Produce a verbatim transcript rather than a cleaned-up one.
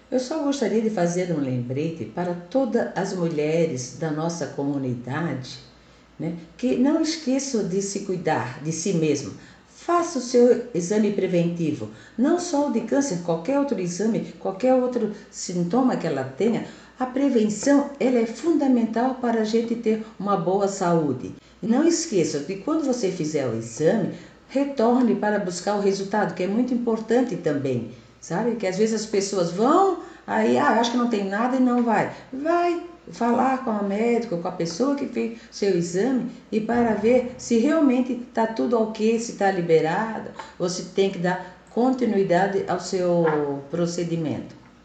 Eu só gostaria de fazer um lembrete para todas as mulheres da nossa comunidade, né, que não esqueçam de se cuidar de si mesmo. Faça o seu exame preventivo, não só o de câncer, qualquer outro exame, qualquer outro sintoma que ela tenha. A prevenção ela é fundamental para a gente ter uma boa saúde. E não esqueça de quando você fizer o exame, retorne para buscar o resultado, que é muito importante também. Sabe? Que às vezes as pessoas vão, aí ah, acho que não tem nada e não vai. Vai falar com a médica, com a pessoa que fez seu exame e para ver se realmente está tudo ok, se está liberado ou se tem que dar continuidade ao seu procedimento.